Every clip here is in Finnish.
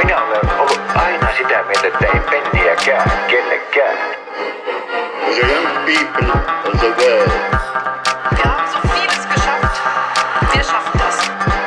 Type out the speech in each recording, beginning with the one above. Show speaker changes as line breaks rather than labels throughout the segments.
Minä olen ollut aina sitä mieltä, että ei penniäkään kellekään.
The young people of the world.
Wir haben so vieles geschafft. Wir schaffen das.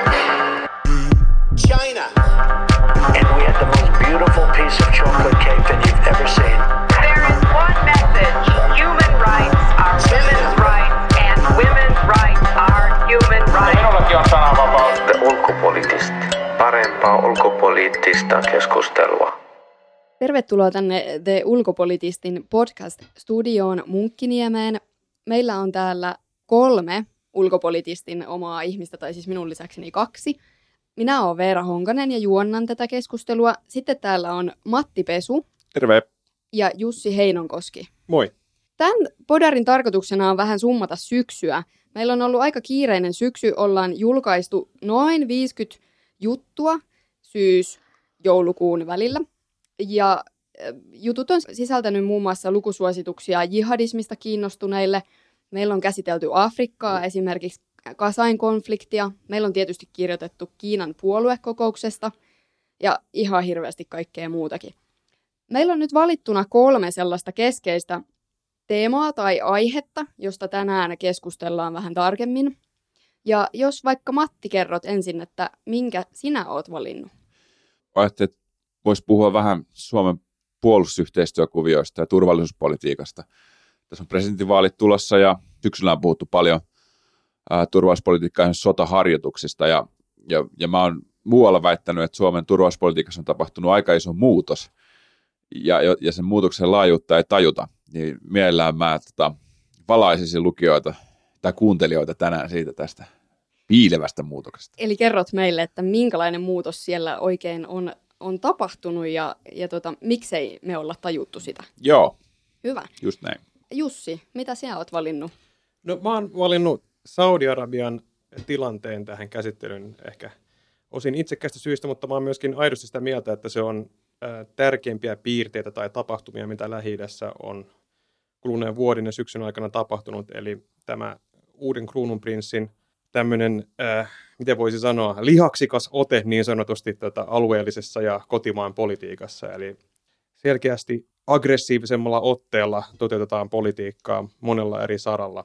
China.
And we had the most beautiful piece of chocolate cake that you've ever seen.
There is one message. Human rights are women's rights and women's rights are human rights.
Minullakin on sananvapaus. Ulkopoliittista. Parempaa ulkopoliittista keskustelua.
Tervetuloa tänne The Ulkopolitistin podcast-studioon Munkkiniemeen. Meillä on täällä 3 ulkopolitistin omaa ihmistä, tai siis minun lisäkseni 2. Minä olen Veera Honkanen ja juonnan tätä keskustelua. Sitten täällä on Matti Pesu.
Terve.
Ja Jussi Heinonkoski.
Moi.
Tämän podarin tarkoituksena on vähän summata syksyä. Meillä on ollut aika kiireinen syksy. Ollaan julkaistu noin 50 juttua syys-joulukuun välillä. Ja jutut on sisältänyt muun muassa lukusuosituksia jihadismista kiinnostuneille. Meillä on käsitelty Afrikkaa, esimerkiksi Kasain-konfliktia. Meillä on tietysti kirjoitettu Kiinan puoluekokouksesta ja ihan hirveästi kaikkea muutakin. Meillä on nyt valittuna 3 sellaista keskeistä teemaa tai aihetta, josta tänään keskustellaan vähän tarkemmin. Ja jos vaikka Matti kerrot ensin, että minkä sinä oot valinnut?
Ajattelin, että voisi puhua vähän Suomen puolustusyhteistyökuvioista ja turvallisuuspolitiikasta. Tässä on presidentinvaalit tulossa ja syksyllä on puhuttu paljon turvallisuuspolitiikkaa ja sotaharjoituksista. Ja mä oon muualla väittänyt, että Suomen turvallisuuspolitiikassa on tapahtunut aika iso muutos ja sen muutoksen laajuutta ei tajuta. Niin mielellään mä valaisisin lukijoita tai kuuntelijoita tänään siitä tästä piilevästä muutoksesta.
Eli kerrot meille, että minkälainen muutos siellä oikein on tapahtunut ja miksei me olla tajuttu sitä.
Joo.
Hyvä.
Just näin.
Jussi, mitä sinä oot valinnut?
No mä oon valinnut Saudi-Arabian tilanteen tähän käsittelyyn ehkä osin itsekästä syistä, mutta mä oon myöskin aidosti sitä mieltä, että se on tärkeimpiä piirteitä tai tapahtumia, mitä Lähi-idässä on kuluneen vuoden ja syksyn aikana tapahtunut. Eli tämä uuden kruununprinssin tämmöinen, miten voisi sanoa, lihaksikas ote niin sanotusti alueellisessa ja kotimaan politiikassa. Eli selkeästi aggressiivisemmalla otteella toteutetaan politiikkaa monella eri saralla.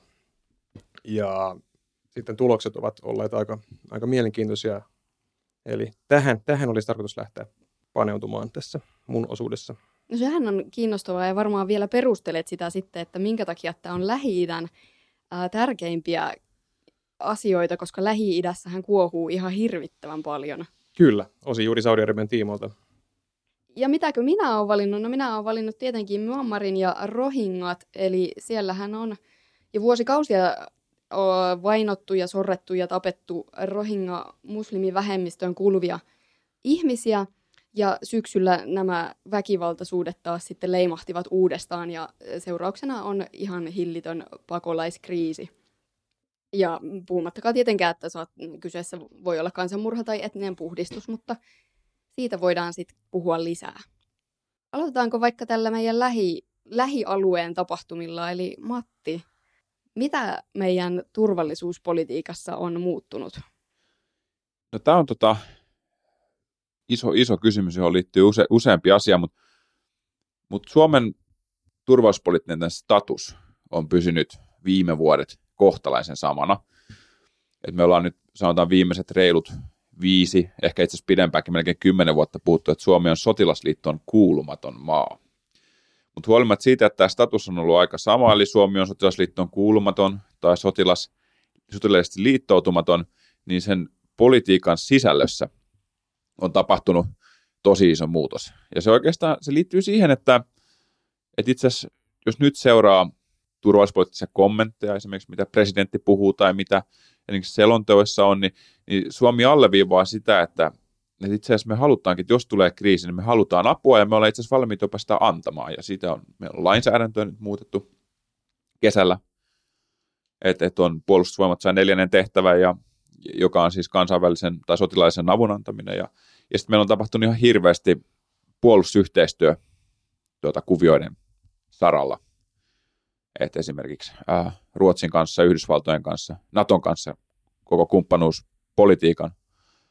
Ja sitten tulokset ovat olleet aika mielenkiintoisia. Eli tähän olisi tarkoitus lähteä paneutumaan tässä mun osuudessa.
No sehän on kiinnostavaa ja varmaan vielä perustelet sitä sitten, että minkä takia tämä on Lähi-idän tärkeimpiä asioita, koska Lähi-idässähän kuohuu ihan hirvittävän paljon.
Kyllä, osin juuri Saudi-Arabian tiimoilta.
Ja mitäkö minä olen valinnut? No minä olen valinnut tietenkin Myanmarin ja Rohingyat, eli siellähän on jo vuosikausia vainottu ja sorrettu ja tapettu Rohingya-muslimivähemmistöön kuuluvia ihmisiä. Ja syksyllä nämä väkivaltaisuudet taas sitten leimahtivat uudestaan ja seurauksena on ihan hillitön pakolaiskriisi. Ja puhumattakaan tietenkään, että kyseessä voi olla kansanmurha tai etninen puhdistus, mutta siitä voidaan sitten puhua lisää. Aloitetaanko vaikka tällä meidän lähialueen tapahtumilla, eli Matti, mitä meidän turvallisuuspolitiikassa on muuttunut?
No tämä on iso kysymys, johon liittyy useampi asia, mutta Suomen turvallisuuspoliittinen status on pysynyt viime vuodet kohtalaisen samana. Et me ollaan nyt, sanotaan viimeiset reilut 5, ehkä itse asiassa pidempäänkin, melkein 10 vuotta puhuttu, että Suomi on sotilasliittoon kuulumaton maa. Mutta huolimatta siitä, että tämä status on ollut aika sama, eli Suomi on sotilasliittoon kuulumaton tai sotilaallisesti liittoutumaton, niin sen politiikan sisällössä on tapahtunut tosi iso muutos. Ja se oikeastaan se liittyy siihen, että itse asiassa, jos nyt seuraa turvallisuuspoliittisia kommentteja, esimerkiksi mitä presidentti puhuu tai mitä selonteoissa on, niin Suomi alleviivaa sitä, että itse asiassa me halutaankin, että jos tulee kriisi, niin me halutaan apua ja me ollaan itse asiassa valmiita jopa sitä antamaan. Ja siitä meillä on lainsäädäntöä nyt muutettu kesällä, että on puolustusvoimat sai 4. tehtävä, joka on siis kansainvälisen tai sotilaisen avun antaminen. Ja sitten meillä on tapahtunut ihan hirveästi puolustusyhteistyö kuvioiden saralla. Että esimerkiksi Ruotsin kanssa, Yhdysvaltojen kanssa, Naton kanssa koko kumppanuuspolitiikan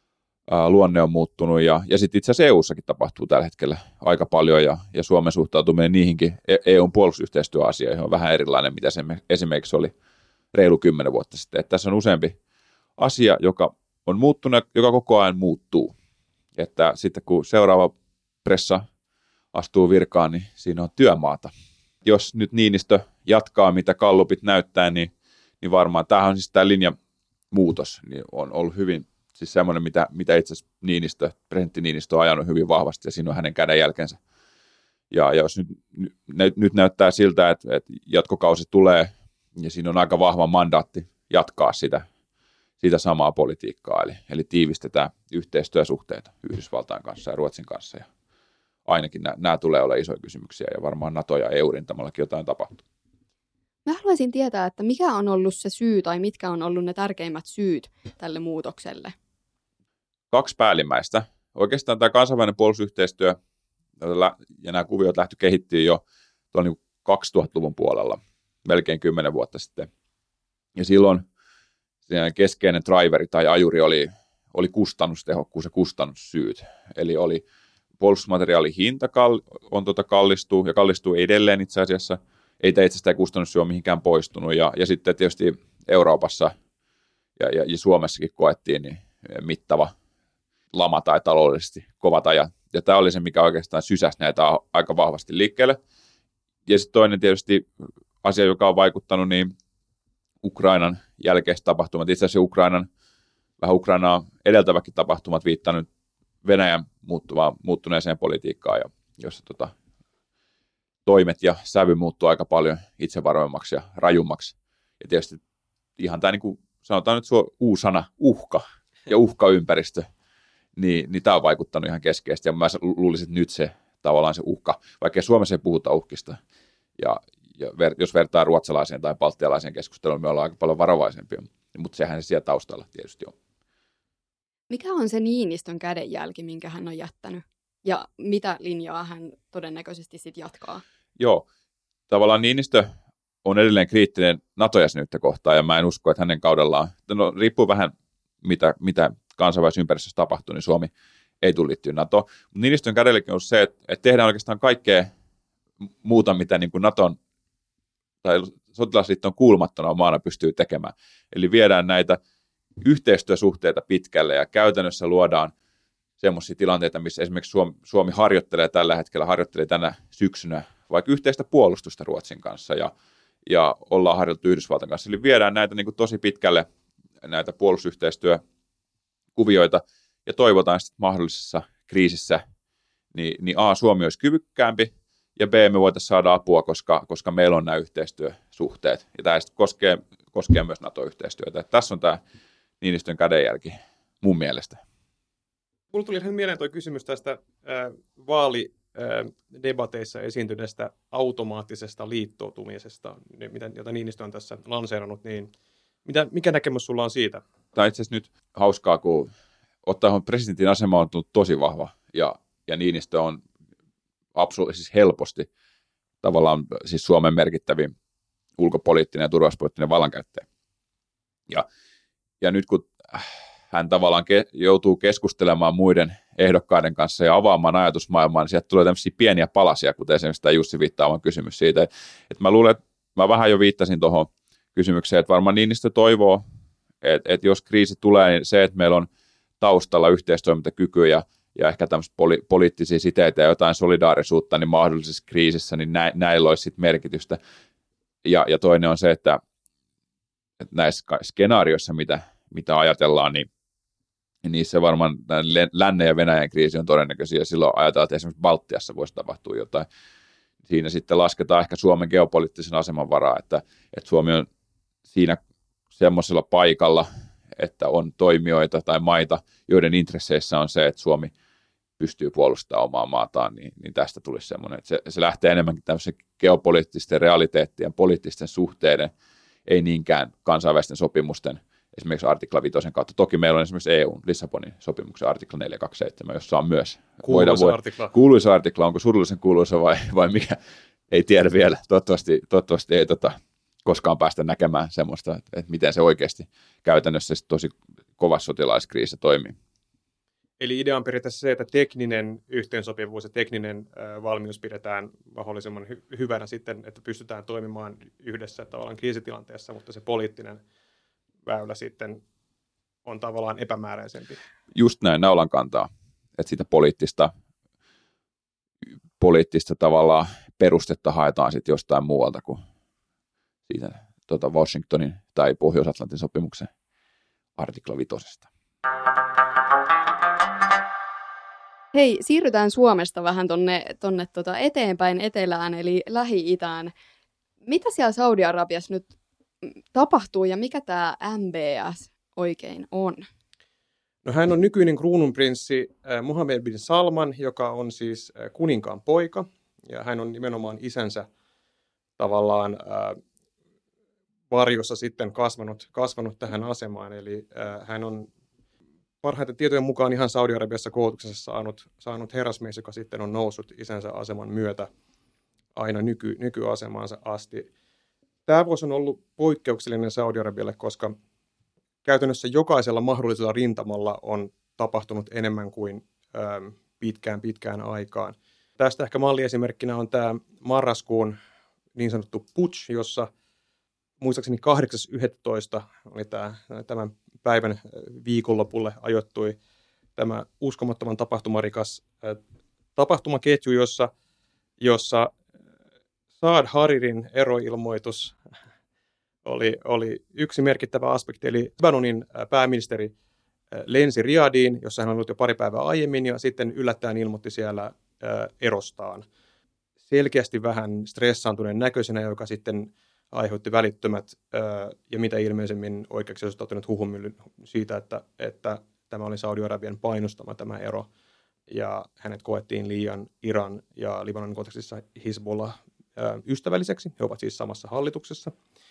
luonne on muuttunut ja sitten itse asiassa EU:ssakin tapahtuu tällä hetkellä aika paljon ja Suomen suhtautuminen niihinkin EUn puolustusyhteistyöasioihin on vähän erilainen, mitä se esimerkiksi oli reilu 10 vuotta sitten. Että tässä on useampi asia, joka on muuttunut, joka koko ajan muuttuu. Että sitten kun seuraava pressa astuu virkaan, niin siinä on työmaata. Jos nyt Niinistö jatkaa, mitä gallupit näyttää, niin varmaan tämähän on siis tämä linjamuutos, niin on ollut hyvin siis semmoinen, mitä itse asiassa presidentti Niinistö on ajanut hyvin vahvasti, ja siinä on hänen kädenjälkensä. Ja jos nyt näyttää siltä, että jatkokausi tulee, ja siinä on aika vahva mandaatti jatkaa sitä samaa politiikkaa, eli tiivistetään yhteistyösuhteita Yhdysvaltain kanssa ja Ruotsin kanssa, ja ainakin nämä tulee olla isoja kysymyksiä, ja varmaan NATO- ja EU-rintamallakin jotain tapahtuu.
Mä haluaisin tietää, että mikä on ollut se syy tai mitkä on ollut ne tärkeimmät syyt tälle muutokselle?
2 päällimmäistä. Oikeastaan tämä kansainvälinen puolustusyhteistyö ja nämä kuviot lähti kehittyä jo tuolla niin 2000-luvun puolella, melkein 10 vuotta sitten. Ja silloin keskeinen driveri tai ajuri oli kustannustehokkuus ja kustannussyyt. Eli oli puolustusmateriaalin hinta kallistuu ja kallistuu edelleen itse asiassa. Ei itse asiassa tämä kustannussyy ole mihinkään poistunut. Ja sitten tietysti Euroopassa ja Suomessakin koettiin niin mittava lama tai taloudellisesti kovat ajat. Ja tämä oli se, mikä oikeastaan sysäsi näitä aika vahvasti liikkeelle. Ja sitten toinen tietysti asia, joka on vaikuttanut, niin Ukrainan jälkeiset tapahtumat. Itse asiassa vähän Ukrainaa edeltäväkin tapahtumat viittanut Venäjän muuttuneeseen politiikkaan, jossa toimet ja sävy muuttuu aika paljon itsevaroimmaksi ja rajummaksi. Ja tietysti ihan tämä, niin kuin sanotaan nyt uusi sana, uhka ja uhkaympäristö, niin tämä on vaikuttanut ihan keskeisesti. Ja mä luulisin, että nyt se tavallaan se uhka, vaikka Suomessa ei puhuta uhkista, ja jos vertaa ruotsalaiseen tai baltialaiseen keskusteluun, me ollaan aika paljon varovaisempia, mutta sehän se siellä taustalla tietysti on.
Mikä on se Niinistön kädenjälki, minkä hän on jättänyt? Ja mitä linjaa hän todennäköisesti sitten jatkaa? Joo,
tavallaan Niinistö on edelleen kriittinen NATO-jäsenyyttä kohtaan, ja mä en usko, että hänen kaudellaan, riippuu vähän mitä kansainvälisessä ympäristössä tapahtuu, niin Suomi ei tule liittyä NATOon. Mutta Niinistön kädelläkin on se, että tehdään oikeastaan kaikkea muuta, mitä niin kuin NATOn tai sotilasliittoon kuulumattomana maana pystyy tekemään. Eli viedään näitä yhteistyösuhteita pitkälle ja käytännössä luodaan semmoisia tilanteita, missä esimerkiksi Suomi harjoittelee tänä syksynä vaikka yhteistä puolustusta Ruotsin kanssa ja ollaan harjoitettu Yhdysvaltain kanssa. Eli viedään näitä niin kuin tosi pitkälle näitä puolustusyhteistyökuvioita ja toivotaan sitten mahdollisessa kriisissä, niin A, Suomi olisi kyvykkäämpi ja B, me voitaisiin saada apua, koska meillä on nämä yhteistyösuhteet. Ja tämä koskee myös NATO-yhteistyötä. Että tässä on tämä Niinistön kädenjälki mun mielestä.
Mulla tuli ihan mieleen tuo kysymys tästä vaalidebateissa esiintyneestä automaattisesta liittoutumisesta, jota Niinistö on tässä lanseerannut. Niin mikä näkemys sulla on siitä?
Tämä on itse asiassa nyt hauskaa, kun ottaa presidentin asema on tullut tosi vahva ja Niinistö on siis helposti tavallaan siis Suomen merkittävin ulkopoliittinen ja turvallisuuspoliittinen vallankäyttäjä. Ja nyt kun hän tavallaan joutuu keskustelemaan muiden ehdokkaiden kanssa ja avaamaan ajatusmaailmaa, niin sieltä tulee tämmöisiä pieniä palasia, kuten esimerkiksi tämä Jussi Viittaavan kysymys siitä. Että mä luulen, että mä vähän jo viittasin tuohon kysymykseen, että varmaan Niinistö toivoo, että jos kriisi tulee, niin se, että meillä on taustalla yhteistoimintakykyä ja ehkä tämmöistä poliittisia siteitä ja jotain solidaarisuutta, niin mahdollisessa kriisissä, niin näillä olisi sitten merkitystä. Ja toinen on se, että näissä skenaarioissa, mitä ajatellaan, niin niissä varmaan lännen ja Venäjän kriisi on todennäköisiä, ja silloin ajatellaan, että esimerkiksi Baltiassa voisi tapahtua jotain. Siinä sitten lasketaan ehkä Suomen geopoliittisen aseman varaa, että Suomi on siinä semmoisella paikalla, että on toimijoita tai maita, joiden intresseissä on se, että Suomi pystyy puolustamaan omaa maataan, niin tästä tulisi semmoinen, että se lähtee enemmänkin tämmöisen geopoliittisten realiteettien, poliittisten suhteiden, ei niinkään kansainvälisten sopimusten, esimerkiksi artikla 5 kautta. Toki meillä on esimerkiksi EUn Lissabonin sopimuksen artikla 427, jossa on myös kuuluisa artikla, onko surullisen kuuluisa vai mikä, ei tiedä vielä. Toivottavasti ei koskaan päästä näkemään semmoista, että miten se oikeasti käytännössä tosi kovassa sotilaiskriisissä toimii.
Eli idea on periaatteessa se, että tekninen yhteensopivuus ja tekninen valmius pidetään mahdollisimman hyvänä sitten, että pystytään toimimaan yhdessä tavallaan kriisitilanteessa, mutta se poliittinen väylä sitten on tavallaan epämääräisempi.
Just näin, naulan kantaa, että siitä poliittista tavallaan perustetta haetaan sitten jostain muualta kuin siitä Washingtonin tai Pohjois-Atlantin sopimuksen artikla 5.
Hei, siirrytään Suomesta vähän tonne eteenpäin etelään, eli Lähi-itään. Mitä siellä Saudi-Arabiassa nyt tapahtuu ja mikä tämä MBS oikein on?
No hän on nykyinen kruununprinssi Mohammed bin Salman, joka on siis kuninkaan poika, ja hän on nimenomaan isänsä tavallaan varjossa sitten kasvanut tähän asemaan, eli hän on parhaiten tietojen mukaan ihan Saudi-Arabiassa koulutuksessa saanut herrasmies, joka sitten on noussut isänsä aseman myötä aina nykyasemaansa asti. Tämä vuosi on ollut poikkeuksellinen Saudi-Arabialle, koska käytännössä jokaisella mahdollisella rintamalla on tapahtunut enemmän kuin pitkään aikaan. Tästä ehkä malliesimerkkinä on tämä marraskuun niin sanottu putsch, jossa muistaakseni 8.11. oli tämän päivän viikonlopulle ajoittui tämä uskomattoman tapahtumarikas tapahtumaketju, jossa Saad Haririn eroilmoitus oli yksi merkittävä aspekti, eli Libanonin pääministeri lensi Riadiin, jossa hän on ollut jo pari päivää aiemmin, ja sitten yllättäen ilmoitti siellä erostaan. Selkeästi vähän stressaantuneen näköisenä, joka sitten aiheutti välittömät ja mitä ilmeisemmin oikeaksi osoittautunut huhumyllyn siitä, että tämä oli Saudi-Arabian painostama tämä ero, ja hänet koettiin liian Iran ja Libanonin kontekstissa Hizbollah ystävälliseksi. He ovat siis samassa hallituksessa.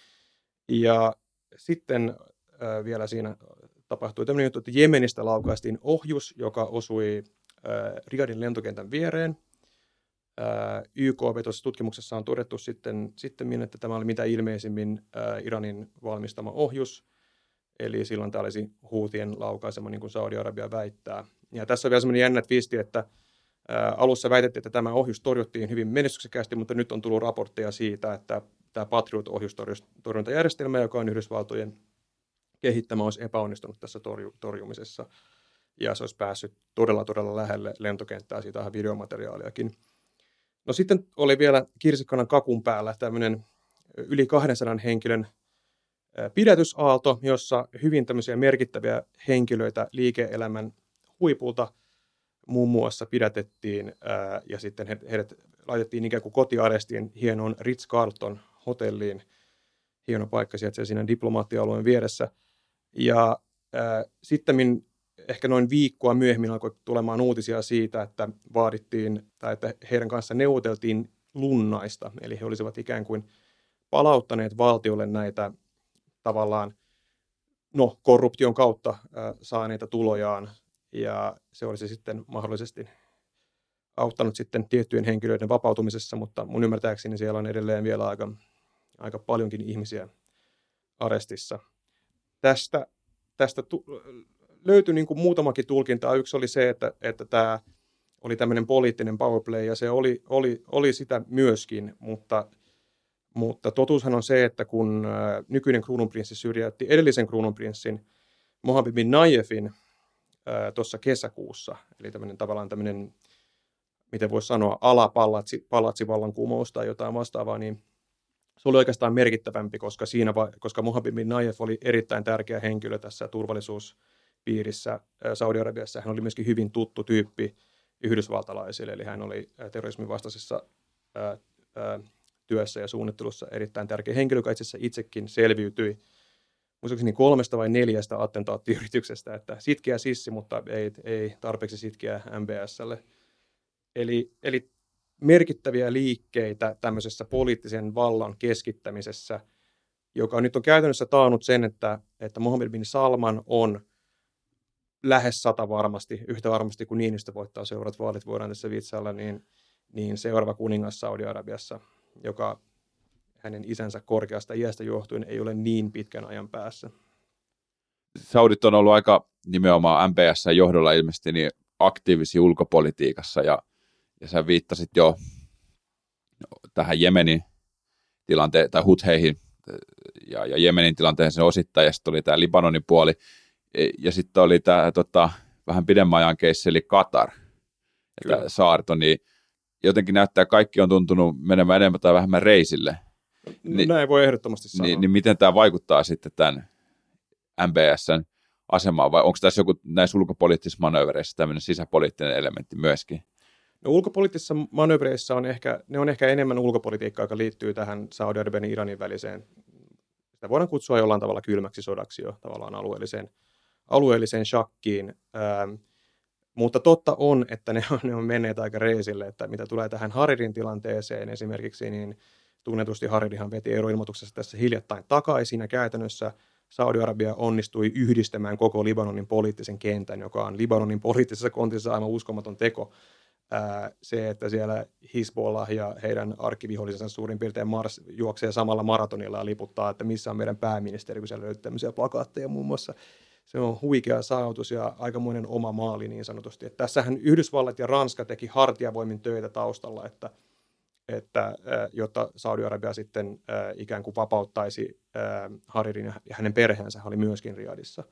Ja sitten vielä siinä tapahtui tämmöinen juttu, että Jemenistä laukaistiin ohjus, joka osui Riyadhin lentokentän viereen. YK-vetoisessa tutkimuksessa on todettu sitten, että tämä oli mitä ilmeisimmin Iranin valmistama ohjus, eli silloin tämä olisi Houthien laukaisema, niin kuin Saudi-Arabia väittää. Ja tässä on vielä sellainen jännä twisti, että alussa väitettiin, että tämä ohjus torjuttiin hyvin menestyksekkäästi, mutta nyt on tullut raportteja siitä, että tämä Patriot-ohjustorjuntajärjestelmä, joka on Yhdysvaltojen kehittämä, olisi epäonnistunut tässä torjumisessa. Ja se olisi päässyt todella lähelle lentokenttää, siitä on videomateriaaliakin. No sitten oli vielä kirsikkanan kakun päällä tämmöinen yli 200 henkilön pidätysaalto, jossa hyvin tämmöisiä merkittäviä henkilöitä liike-elämän huipulta muun muassa pidätettiin ja sitten heidät laitettiin ikään kuin kotiarestiin hienoon Ritz-Carlton hotelliin. Hieno paikka sieltä siinä diplomaattialueen vieressä. Ja sitten ehkä noin viikkoa myöhemmin alkoi tulemaan uutisia siitä, että vaadittiin tai että heidän kanssa neuvoteltiin lunnaista. Eli he olisivat ikään kuin palauttaneet valtiolle näitä tavallaan korruption kautta saaneita tulojaan. Ja se olisi sitten mahdollisesti auttanut sitten tiettyjen henkilöiden vapautumisessa, mutta mun ymmärtääkseni siellä on edelleen vielä aika paljonkin ihmisiä arestissa. Tästä löytyi niin kuin muutamakin tulkinta. Yksi oli se, että tämä oli tämmöinen poliittinen powerplay, ja se oli sitä myöskin, mutta totuushan on se, että kun nykyinen kruununprinssi syrjäytti edellisen kruununprinssin Mohammed bin Nayefin tuossa kesäkuussa, eli tavallaan tämmöinen, miten voisi sanoa, alapallatsivallankumous tai jotain vastaavaa, niin se oli oikeastaan merkittävämpi, koska Mohammed bin Nayef oli erittäin tärkeä henkilö tässä turvallisuuspiirissä Saudi-Arabiassa. Hän oli myöskin hyvin tuttu tyyppi yhdysvaltalaisille, eli hän oli terrorismin vastaisessa työssä ja suunnittelussa erittäin tärkeä henkilö, joka itse asiassa itsekin selviytyi muistaakseni 3 vai 4 attentaattiyrityksestä, että sitkeä sissi, mutta ei tarpeeksi sitkeä MBS:lle. Eli merkittäviä liikkeitä tämmöisessä poliittisen vallan keskittämisessä, joka nyt on käytännössä taannut sen, että Mohammed bin Salman on lähes 100 yhtä varmasti kuin Niinistö voittaa seuraavat vaalit, voidaan tässä vitsailla, niin seuraava kuningas Saudi-Arabiassa, joka hänen isänsä korkeasta iästä johtuen ei ole niin pitkän ajan päässä.
Saudit on ollut aika nimenomaan MBS:n johdolla ilmeisesti niin aktiivisia ulkopolitiikassa ja sä viittasit jo tähän Jemenin tilanteen tai Hutheihin ja Jemenin tilanteeseen osittain, ja sitten oli tämä Libanonin puoli, ja sitten oli tämä vähän pidemmän ajan keissi, eli Katar, ja tämä saarto, niin jotenkin näyttää, kaikki on tuntunut menemään enemmän tai vähemmän reisille.
Niin, näin voi ehdottomasti sanoa.
Niin miten tämä vaikuttaa sitten tämän MBS:n asemaan, vai onko tässä joku näissä ulkopoliittisissa manöövereissä tämmöinen sisäpoliittinen elementti myöskin?
No, ulkopoliittisissa manöövereissä on ehkä enemmän ulkopolitiikkaa, joka liittyy tähän Saudi-Arabian ja Iranin väliseen, sitä voidaan kutsua jollain tavalla kylmäksi sodaksi jo tavallaan alueelliseen shakkiin. Mutta totta on, että ne on menneet aika reisille, että mitä tulee tähän Haririn tilanteeseen esimerkiksi, niin tunnetusti Haririhan veti eroilmoituksessa tässä hiljattain takaisin, ja käytännössä Saudi-Arabia onnistui yhdistämään koko Libanonin poliittisen kentän, joka on Libanonin poliittisessa kontissa aivan uskomaton teko. Se, että siellä Hizbollah ja heidän arkkivihollisensa suurin piirtein juoksee samalla maratonilla ja liputtaa, että missä on meidän pääministeri, kun siellä löytyy tämmöisiä plakaatteja muun muassa. Se on huikea saavutus ja aikamoinen oma maali niin sanotusti. Että tässähän Yhdysvallat ja Ranska teki hartiavoimin töitä taustalla, jotta Saudi-Arabia sitten ikään kuin vapauttaisi Haririn ja hänen perheensä, hän oli myöskin Riyadissa,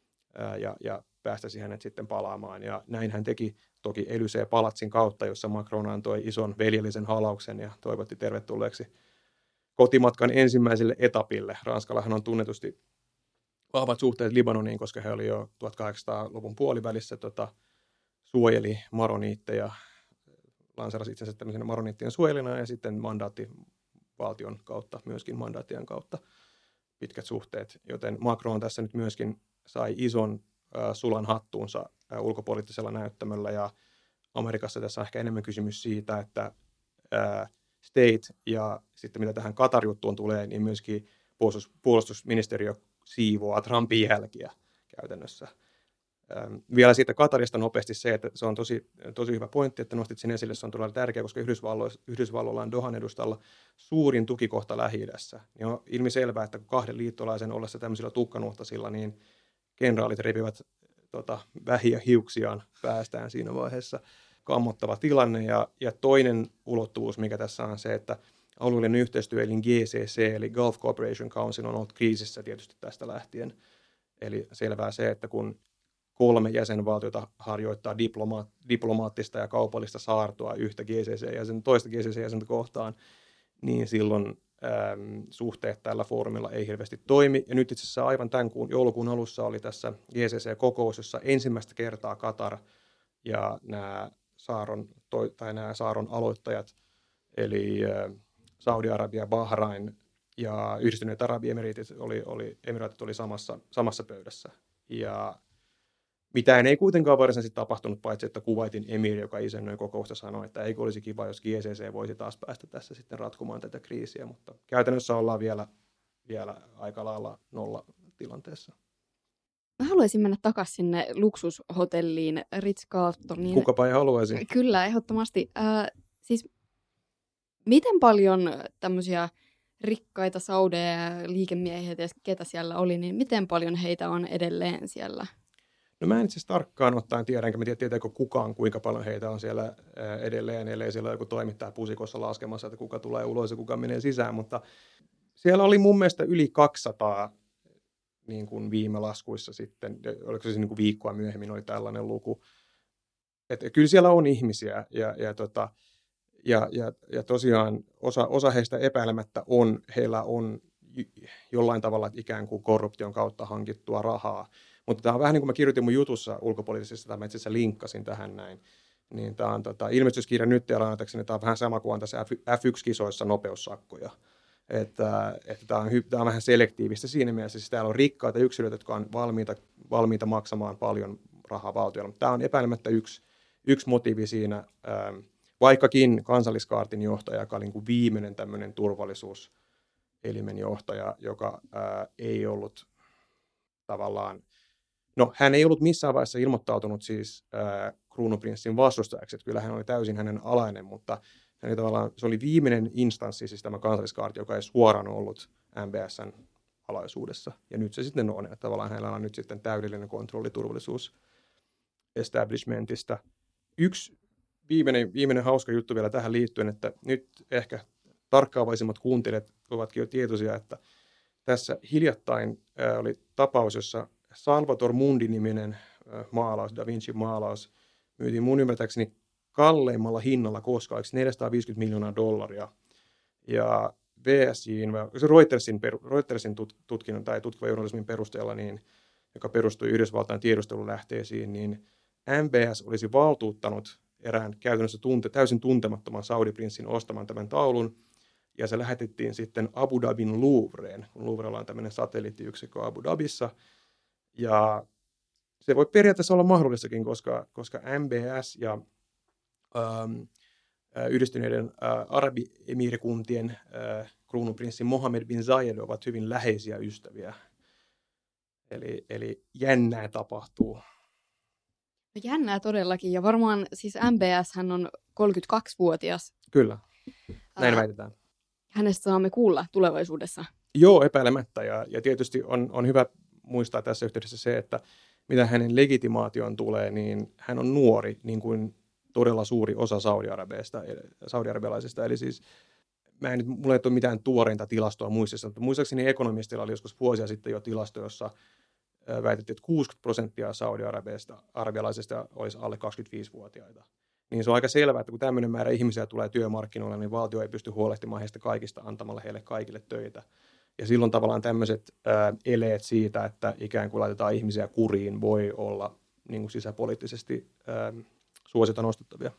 ja päästäisi hänet sitten palaamaan. Ja näin hän teki toki Élysée-palatsin kautta, jossa Macron antoi ison veljellisen halauksen ja toivotti tervetulleeksi kotimatkan ensimmäiselle etapille. Ranskallahan on tunnetusti vahvat suhteet Libanoniin, koska he oli jo 1800-luvun puolivälissä suojeli maroniitteja, lanserasi itsensä tämmöisenä maroniittien suojelina, ja sitten mandaattivaltion kautta, myöskin mandaattien kautta pitkät suhteet. Joten Macron tässä nyt myöskin sai ison sulan hattuunsa ulkopoliittisella näyttämöllä, ja Amerikassa tässä on ehkä enemmän kysymys siitä, että state ja sitten mitä tähän Qatar-juttuun tulee, niin myöskin puolustusministeriö siivoaa Trumpin jälkiä käytännössä. Vielä siitä Qatarista nopeasti se, että se on tosi hyvä pointti, että nostit sen esille, se on todella tärkeä, koska Yhdysvalloilla on Dohan edustalla suurin tukikohta Lähi-idässä. Niin on ilmiselvää, että kun kahden liittolaisen ollessa tämmöisillä tukkanuhtasilla, niin kenraalit repivät vähiä hiuksiaan päästään siinä vaiheessa. Kammottava tilanne, ja toinen ulottuvuus, mikä tässä on se, että alueellinen yhteistyö, eli GCC, eli Gulf Cooperation Council, on ollut kriisissä tietysti tästä lähtien. Eli selvää se, että kun 3 jäsenvaltiota harjoittaa diplomaattista ja kaupallista saartoa toista GCC-jäsentä kohtaan, niin silloin suhteet tällä foorumilla ei hirveästi toimi. Ja nyt itse asiassa aivan tämän joulukuun alussa oli tässä GCC-kokous, jossa ensimmäistä kertaa Katar ja nämä saaron aloittajat, eli Saudi-Arabia, Bahrain ja Yhdistyneet Arabiemiraatit oli samassa pöydässä. Ja mitään ei kuitenkaan varsinaisesti tapahtunut, paitsi että Kuwaitin emir, joka isännöi kokousta, sanoi, että eikö olisi kiva, jos GCC voisi taas päästä tässä sitten ratkomaan tätä kriisiä, mutta käytännössä ollaan vielä aika lailla nolla tilanteessa.
Mä haluaisin mennä takaisin sinne luksushotelliin Ritz-Carltoniin.
Kukapa ei haluaisi.
Kyllä, ehdottomasti. Siis miten paljon tämmöisiä rikkaita saudeja, liikemiehiä, ketä siellä oli, niin miten paljon heitä on edelleen siellä?
No mä en itse asiassa tarkkaan ottaen tiedä, enkä mä tiedä, tietääkö kukaan, kuinka paljon heitä on siellä edelleen, ellei siellä joku toimittaja pusikossa laskemassa, että kuka tulee ulos ja kuka menee sisään, mutta siellä oli mun mielestä yli 200 niin kuin viime laskuissa sitten, oliko se niin kuin viikkoa myöhemmin oli tällainen luku. Että kyllä siellä on ihmisiä ja tosiaan osa heistä epäilemättä heillä on jollain tavalla ikään kuin korruption kautta hankittua rahaa. Mutta tämä on vähän niin kuin mä kirjoitin mun jutussa ulkopoliittisesta, tämä itse asiassa linkkasin tähän näin. Niin tämä on ilmestyskirja nyt ja lainatakseni, tämä on vähän sama kuin on tässä F1-kisoissa nopeussakkoja. Että tämä on vähän selektiivistä siinä mielessä, siis täällä on rikkaita yksilöitä, jotka on valmiita maksamaan paljon rahaa valtiolle. Mutta tämä on epäilemättä yksi motiivi siinä, vaikkakin kansalliskaartin johtaja, joka oli niin kuin viimeinen tämmöinen turvallisuuselimen johtaja, joka ei ollut tavallaan, no hän ei ollut missään vaiheessa ilmoittautunut siis kruununprinssin vastustajaksi, että kyllä hän oli täysin hänen alainen, mutta se oli viimeinen instanssi, siis tämä kansalliskaarti, joka ei suoraan ollut MBS:n alaisuudessa. Ja nyt se sitten on, että tavallaan hänellä on nyt sitten täydellinen kontrolli establishmentista. Yksi viimeinen hauska juttu vielä tähän liittyen, että nyt ehkä tarkkaavaisimmat kuuntelijat ovatkin jo tietoisia, että tässä hiljattain oli tapaus, jossa Salvator Mundi-niminen maalaus, Da Vinci maalaus, myytiin mun ymmärtääkseni kalleimmalla hinnalla koskaan, $450 miljoonaa. Ja VSIin, Reutersin tutkinnon tai tutkivan journalismin perusteella, niin, joka perustui Yhdysvaltain tiedustelulähteisiin, niin MBS olisi valtuuttanut erään käytännössä täysin tuntemattoman Saudi-prinssin ostamaan tämän taulun, ja se lähetettiin sitten Abu Dhabin Louvreen, kun Louvrella on tämmöinen satelliittiyksikkö Abu Dhabissa, ja se voi periaatteessa olla mahdollistakin, koska MBS ja Yhdistyneiden Arabiemiirikuntien kruununprinssi Mohammed bin Zayed ovat hyvin läheisiä ystäviä. Eli jännää tapahtuu.
Jännää todellakin, ja varmaan siis MBS hän on 32-vuotias.
Kyllä, näin väitetään.
Hänestä saamme kuulla tulevaisuudessa.
Joo, epäilemättä, ja tietysti on hyvä muistaa tässä yhteydessä se, että mitä hänen legitimaatioon tulee, niin hän on nuori, niin kuin todella suuri osa saudi-arabialaisista. Eli siis, mulla ei ole mitään tuoreinta tilastoa muistissa, mutta muistaakseni Economistilla oli joskus vuosia sitten jo tilasto, jossa väitettiin, että 60% saudi-arabialaisista olisi alle 25-vuotiaita. Niin se on aika selvää, että kun tämmöinen määrä ihmisiä tulee työmarkkinoille, niin valtio ei pysty huolehtimaan heistä kaikista antamalla heille kaikille töitä. Ja silloin tavallaan tämmöiset eleet siitä, että ikään kuin laitetaan ihmisiä kuriin, voi olla niin kuin sisäpoliittisesti suosiota nostettavia.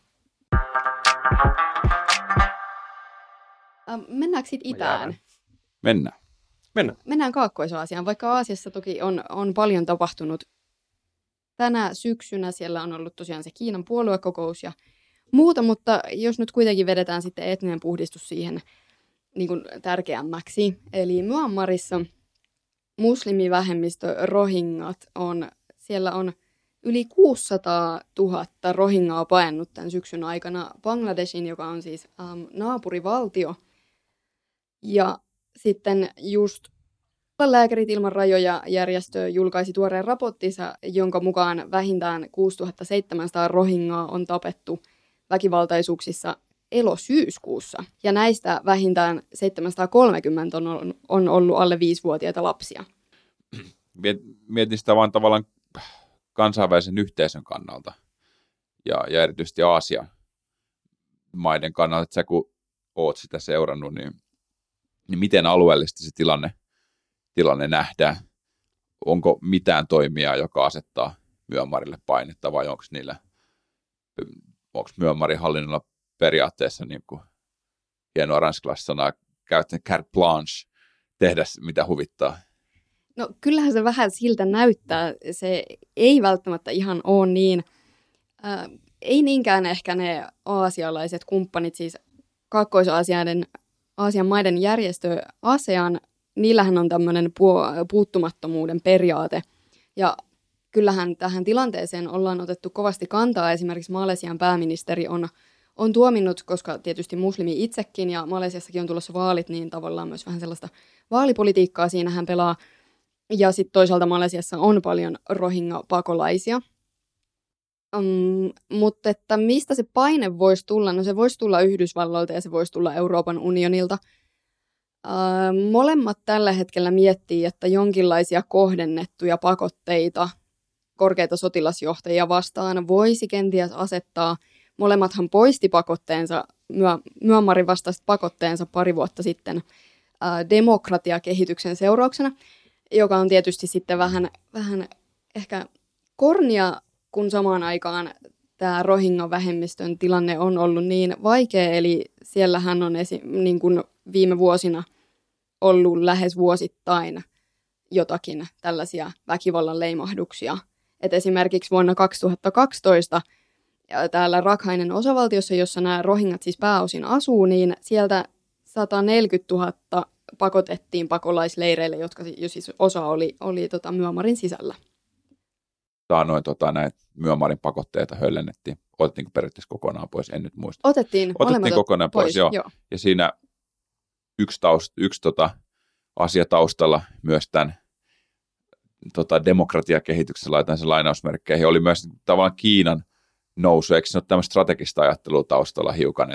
Mennäänkö sitten itään?
Mennään
Kaakkois-Aasiaan, vaikka Aasiassa toki on paljon tapahtunut. Tänä syksynä siellä on ollut tosiaan se Kiinan puoluekokous ja muuta, mutta jos nyt kuitenkin vedetään sitten etninen puhdistus siihen niin kuin tärkeämmäksi. Eli Myanmarissa muslimivähemmistö Rohingyat siellä on yli 600 000 rohingaa paennut tämän syksyn aikana Bangladeshin, joka on siis naapurivaltio. Ja sitten just Lääkärit ilman rajoja -järjestö julkaisi tuoreen raporttinsa, jonka mukaan vähintään 6700 rohingaa on tapettu väkivaltaisuuksissa elosyyskuussa. Ja näistä vähintään 730 on ollut alle 5-vuotiaita lapsia.
Mietin sitä vaan tavallaan kansainvälisen yhteisön kannalta ja erityisesti Aasian maiden kannalta, että sä kun oot sitä seurannut, niin miten alueellisesti se tilanne nähdään? Onko mitään toimijaa, joka asettaa Myanmarille painetta, vai onko Myanmarin hallinnolla periaatteessa, niin kuin hienoa ranskalaista sanaa, käytetään carte blanche, tehdä mitä huvittaa?
No kyllähän se vähän siltä näyttää. Se ei välttämättä ihan ole niin. Ei niinkään ehkä ne aasialaiset kumppanit, siis Kaakkois-Aasian maiden järjestö ASEAN, niillähän on tämmöinen puuttumattomuuden periaate. Ja kyllähän tähän tilanteeseen ollaan otettu kovasti kantaa. Esimerkiksi Malesian pääministeri on tuominnut, koska tietysti muslimi itsekin ja Malesiassakin on tulossa vaalit, niin tavallaan myös vähän sellaista vaalipolitiikkaa siinä hän pelaa. Ja sitten toisaalta Malesiassa on paljon rohingya-pakolaisia. Mutta että mistä se paine voisi tulla? No se voisi tulla Yhdysvalloilta ja se voisi tulla Euroopan unionilta. Molemmat tällä hetkellä miettii, että jonkinlaisia kohdennettuja pakotteita korkeita sotilasjohtajia vastaan voisi kenties asettaa. Molemmathan poisti pakotteensa, Myanmarin vastaiset pakotteensa pari vuotta sitten demokratiakehityksen seurauksena, joka on tietysti sitten vähän ehkä kornia, kun samaan aikaan tämä Rohingya-vähemmistön tilanne on ollut niin vaikea, eli siellähän on niin kuin viime vuosina ollut lähes vuosittain jotakin tällaisia väkivallan leimahduksia. Et esimerkiksi vuonna 2012 täällä Rakhainen osavaltiossa, jossa nämä rohingyat siis pääosin asuu, niin sieltä 140 000 pakotettiin pakolaisleireille, jotka jo siis osa oli Myanmarin sisällä.
Taanoin näitä Myanmarin pakotteita höllennettiin. Otettiinko periaatteessa kokonaan pois? En nyt muista.
Otettiin
kokonaan pois, joo. Ja siinä yksi asia taustalla myös tämän demokratiakehityksessä, laitan sen lainausmerkkeihin, oli myös tavallaan Kiinan nousu, eikö se ole tämmöistä strategista ajattelua taustalla hiukan,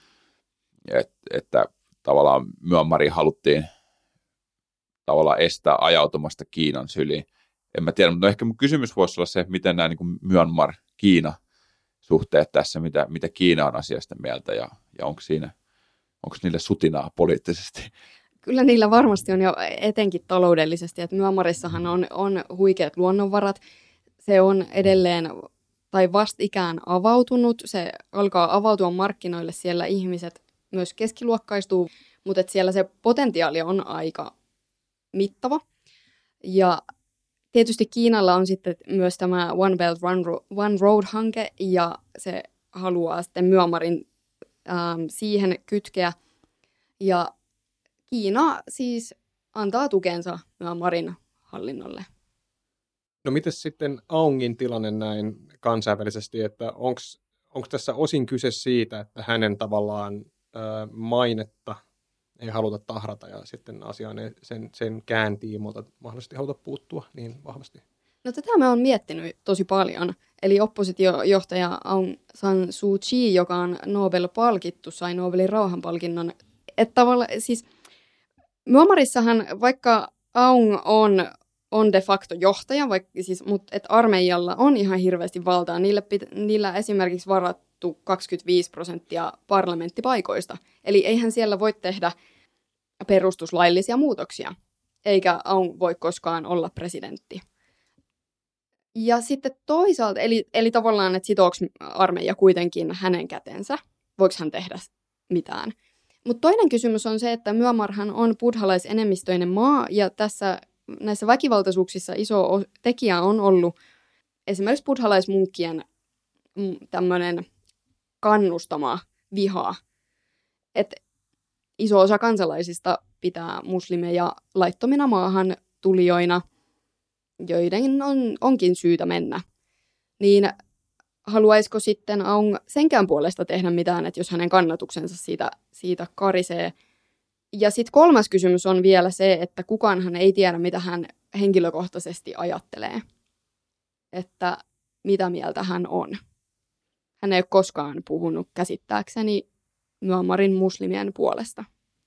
että tavallaan Myanmarin haluttiin tavallaan estää ajautumasta Kiinan syliin. En mä tiedä, mutta ehkä mun kysymys voisi olla se, miten nämä niin Myanmar-Kiina-suhteet tässä, mitä Kiina on asiasta mieltä ja onko niille sutinaa poliittisesti?
Kyllä niillä varmasti on, ja etenkin taloudellisesti, että Myanmarissahan on huikeat luonnonvarat. Se on edelleen tai vastikään avautunut, se alkaa avautua markkinoille, siellä ihmiset myös keskiluokkaistuu, mutta siellä se potentiaali on aika mittava. Ja tietysti Kiinalla on sitten myös tämä One Belt, One Road-hanke, ja se haluaa sitten Myanmarin siihen kytkeä. Ja Kiina siis antaa tukensa Myanmarin hallinnolle.
No mites sitten Aungin tilanne näin kansainvälisesti, että onko tässä osin kyse siitä, että hänen tavallaan mainetta ei haluta tahrata ja sitten asiaan sen kääntiimolta mahdollisesti haluta puuttua niin vahvasti?
No tätä me on miettinyt tosi paljon. Eli oppositiojohtaja Aung San Suu Kyi, joka on Nobel-palkittu, sai Nobelin rauhanpalkinnon. Että tavallaan siis Myanmarissahan, vaikka Aung on de facto johtaja, mutta et armeijalla on ihan hirveästi valtaa. Niillä esimerkiksi varattu 25% parlamenttipaikoista. Eli eihän siellä voi tehdä perustuslaillisia muutoksia, eikä Aung voi koskaan olla presidentti. Ja sitten toisaalta, eli tavallaan, että sitooko armeija kuitenkin hänen kätensä, voiko hän tehdä mitään. Mutta toinen kysymys on se, että Myanmarhan on buddhalaisenemmistöinen maa, ja näissä väkivaltaisuuksissa iso tekijä on ollut esimerkiksi buddhalaismunkkien tämmöinen kannustama viha. Että iso osa kansalaisista pitää muslimeja laittomina maahan tulijoina, joiden onkin syytä mennä. Niin haluaisiko sitten Aung senkään puolesta tehdä mitään, että jos hänen kannatuksensa siitä karisee. Ja sitten kolmas kysymys on vielä se, että kukaanhan ei tiedä, mitä hän henkilökohtaisesti ajattelee. Että mitä mieltä hän on. Hän ei ole koskaan puhunut käsittääkseni Myanmarin muslimien puolesta.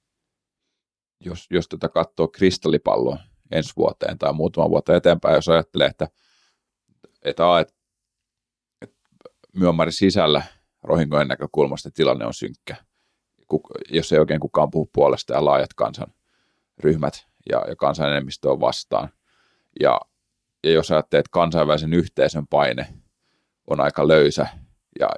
Jos katsoo kristallipalloa ensi vuoteen tai muutama vuotta eteenpäin, jos ajattelee, että Myanmarin sisällä rohingojen näkökulmasta tilanne on synkkä, jos ei oikein kukaan puhu puolesta ja laajat kansanryhmät ja kansanenemmistö on vastaan. Ja jos ajattelee, että kansainvälisen yhteisön paine on aika löysä ja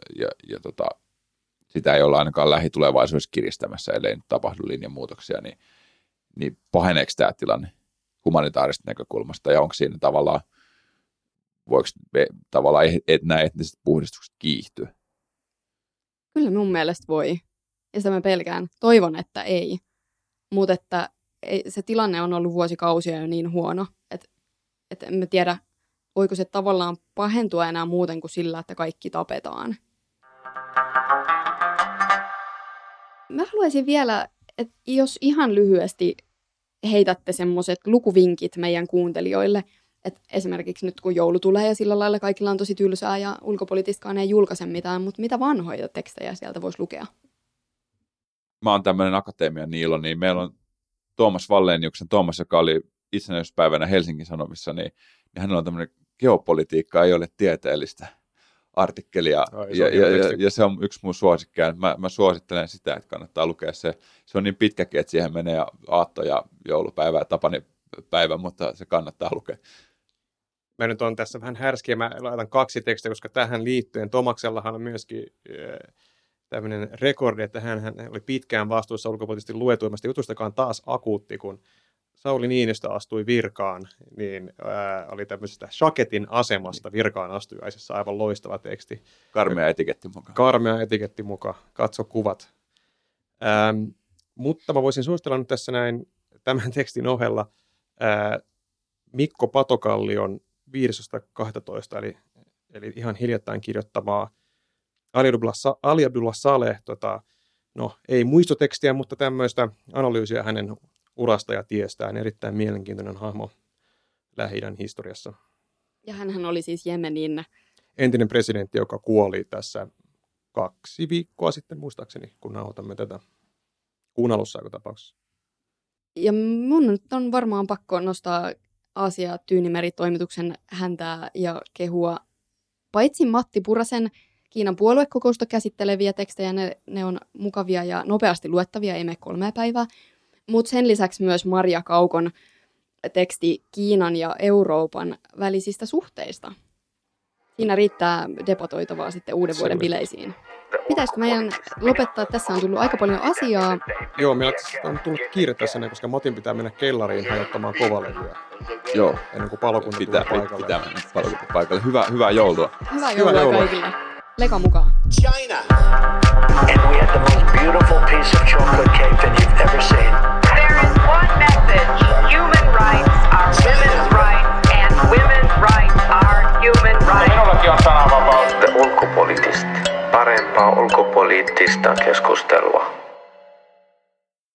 sitä ei olla ainakaan lähitulevaisuudessa kiristämässä, ellei nyt tapahdu linjanmuutoksia, niin paheneeko tämä tilanne humanitaarisesta näkökulmasta ja onko siinä voiko nämä etniset puhdistukset kiihtyä?
Kyllä mun mielestä voi. Ja sitä mä pelkään. Toivon, että ei. Mutta että se tilanne on ollut vuosikausia jo niin huono, että en tiedä, voiko se tavallaan pahentua enää muuten kuin sillä, että kaikki tapetaan. Mä haluaisin vielä, että jos ihan lyhyesti heitätte semmoiset lukuvinkit meidän kuuntelijoille, että esimerkiksi nyt kun joulu tulee ja sillä lailla kaikilla on tosi tylsää ja ulkopolitiikkaan ei julkaise mitään, mutta mitä vanhoja tekstejä sieltä voisi lukea?
Mä oon tämmöinen akatemian Niilo, niin meillä on Tuomas Walleniuksen Tuomas, joka oli itsenäisyyspäivänä Helsingin Sanomissa, niin hänellä on tämmöinen geopolitiikka ei ole tieteellistä artikkelia, ja se on yksi mun suosikkeja. Mä suosittelen sitä, että kannattaa lukea se. Se on niin pitkäkin, että siihen menee aatto ja joulupäivä ja tapanipäivä, mutta se kannattaa lukea.
Mä nyt on tässä vähän härskiä, mä laitan 2 tekstiä, koska tähän liittyen Tomaksellahan on myöskin tämmöinen rekordi, että hän oli pitkään vastuussa ulkopoliittisesti luetuimmasta jutusta, joka on taas akuutti, kun Sauli Niinistö astui virkaan, niin oli tämmöisestä shaketin asemasta virkaan astujaisessa aivan loistava teksti.
Karmea etiketti mukaan.
Karmea etiketti mukaan. Katso kuvat. Mutta mä voisin suositella nyt tässä näin tämän tekstin ohella Mikko Patokallion 15.12. Eli ihan hiljattain kirjoittamaa Ali Abdullah Saleh, ei muistotekstiä, mutta tämmöistä analyysiä hänen urasta ja tiestään. Erittäin mielenkiintoinen hahmo Lähi-idän historiassa.
Ja hänhän oli siis Jemenin
Entinen presidentti, joka kuoli tässä 2 viikkoa sitten, muistaakseni, kun nauhoitamme tätä kuun alussa joka tapauksessa.
Ja mun nyt on varmaan pakko nostaa Aasia Tyynimeri-toimituksen häntää ja kehua paitsi Matti Purasen Kiinan puoluekokousta käsitteleviä tekstejä, ne on mukavia ja nopeasti luettavia, ei mene 3 päivää, mutta sen lisäksi myös Maria Kaukon teksti Kiinan ja Euroopan välisistä suhteista. Siinä riittää debatoitavaa sitten uuden vuoden bileisiin. Pitäisikö meidän lopettaa? Tässä on tullut aika paljon asiaa.
Joo, meillä on tullut kiire tässä, koska Matin pitää mennä kellariin hajottamaan kovalevyä.
Joo.
Ennen kuin palokunta tulee paikalle.
Pitää mennä palokunta paikalle. Hyvää joulua.
Hyvää joulua kaikille. Leka mukaan.
China.
And we had the most beautiful piece of chocolate cake that you've ever seen.
There is one message. Human rights are women's rights, and women's rights are human rights.
Minullakin on sananvapaus.
Ulkopoliittista. Parempaa ulkopoliittista keskustelua.